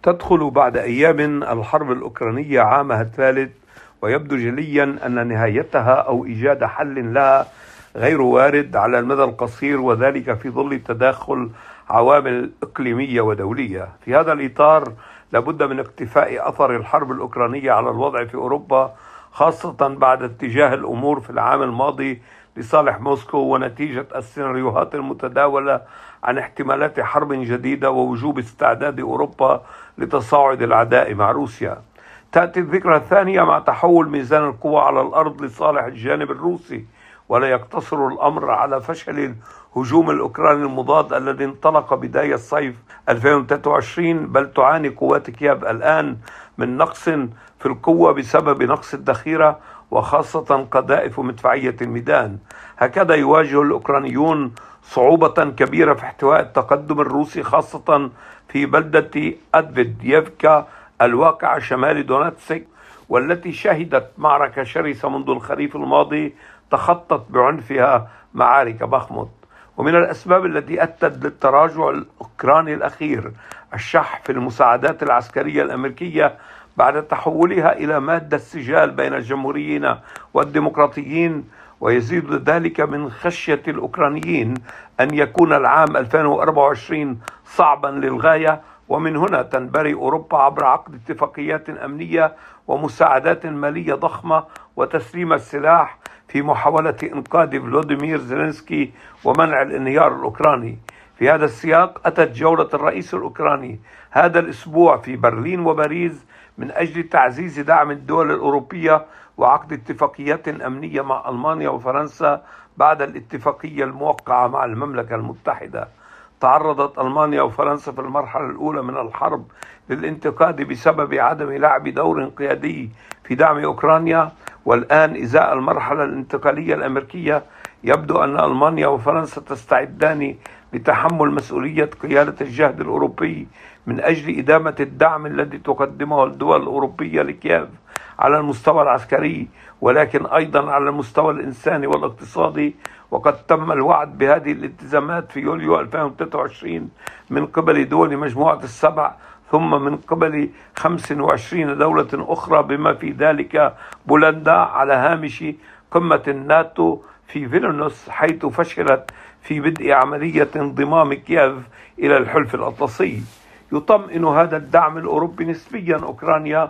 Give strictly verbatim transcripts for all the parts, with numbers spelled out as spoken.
تدخل بعد أيام الحرب الأوكرانية عامها الثالث، ويبدو جليا أن نهايتها أو إيجاد حل لها غير وارد على المدى القصير، وذلك في ظل تداخل عوامل إقليمية ودولية. في هذا الإطار لابد من اقتفاء أثر الحرب الأوكرانية على الوضع في أوروبا، خاصة بعد اتجاه الأمور في العام الماضي لصالح موسكو، ونتيجة السيناريوهات المتداولة عن احتمالات حرب جديدة ووجوب استعداد أوروبا لتصاعد العداء مع روسيا. تأتي الذكرى الثانية مع تحول ميزان القوى على الأرض لصالح الجانب الروسي، ولا يقتصر الأمر على فشل الهجوم الأوكراني المضاد الذي انطلق بداية صيف ألفين وثلاثة وعشرين، بل تعاني قوات كييف الآن من نقص في القوة بسبب نقص الذخيرة وخاصة قذائف مدفعية الميدان. هكذا يواجه الأوكرانيون صعوبة كبيرة في احتواء التقدم الروسي، خاصة في بلدة أدفيديفكا الواقعة شمال دونتسك، والتي شهدت معركة شرسة منذ الخريف الماضي تخطت بعنفها معارك بخموت. ومن الأسباب التي أدت للتراجع الأوكراني الأخير الشح في المساعدات العسكرية الأمريكية بعد تحولها إلى مادة سجال بين الجمهوريين والديمقراطيين، ويزيد ذلك من خشية الأوكرانيين أن يكون العام ألفين وأربعة وعشرين صعبا للغاية، ومن هنا تنبري أوروبا عبر عقد اتفاقيات أمنية ومساعدات مالية ضخمة وتسليم السلاح في محاولة إنقاذ فلوديمير زيلينسكي ومنع الانهيار الأوكراني. في هذا السياق أتت جولة الرئيس الأوكراني هذا الأسبوع في برلين وباريس من أجل تعزيز دعم الدول الأوروبية وعقد اتفاقيات أمنية مع ألمانيا وفرنسا بعد الاتفاقية الموقعة مع المملكة المتحدة. تعرضت ألمانيا وفرنسا في المرحلة الأولى من الحرب للانتقاد بسبب عدم لعب دور قيادي في دعم أوكرانيا، والآن إزاء المرحلة الانتقالية الأمريكية يبدو أن ألمانيا وفرنسا تستعدان لتحمل مسؤولية قيادة الجهد الأوروبي من أجل إدامة الدعم الذي تقدمه الدول الأوروبية لكييف على المستوى العسكري، ولكن أيضا على المستوى الإنساني والاقتصادي. وقد تم الوعد بهذه الالتزامات في يوليو ألفين وثلاثة وعشرين من قبل دول مجموعة السبع، ثم من قبل خمس وعشرين دولة أخرى بما في ذلك بولندا، على هامش قمة الناتو في فيلنيوس، حيث فشلت في بدء عملية انضمام كييف إلى الحلف الأطلسي. يطمئن هذا الدعم الأوروبي نسبيا أوكرانيا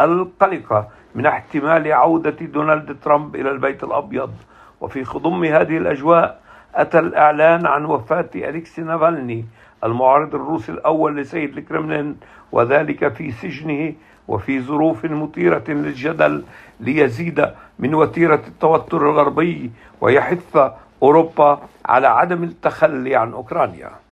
القلقة من احتمال عودة دونالد ترامب إلى البيت الأبيض. وفي خضم هذه الأجواء أتى الإعلان عن وفاة أليكسي نافالني المعارض الروسي الأول لسيد الكرملين، وذلك في سجنه وفي ظروف مثيرة للجدل ليزيد من وتيرة التوتر الغربي ويحث أوروبا على عدم التخلي عن أوكرانيا.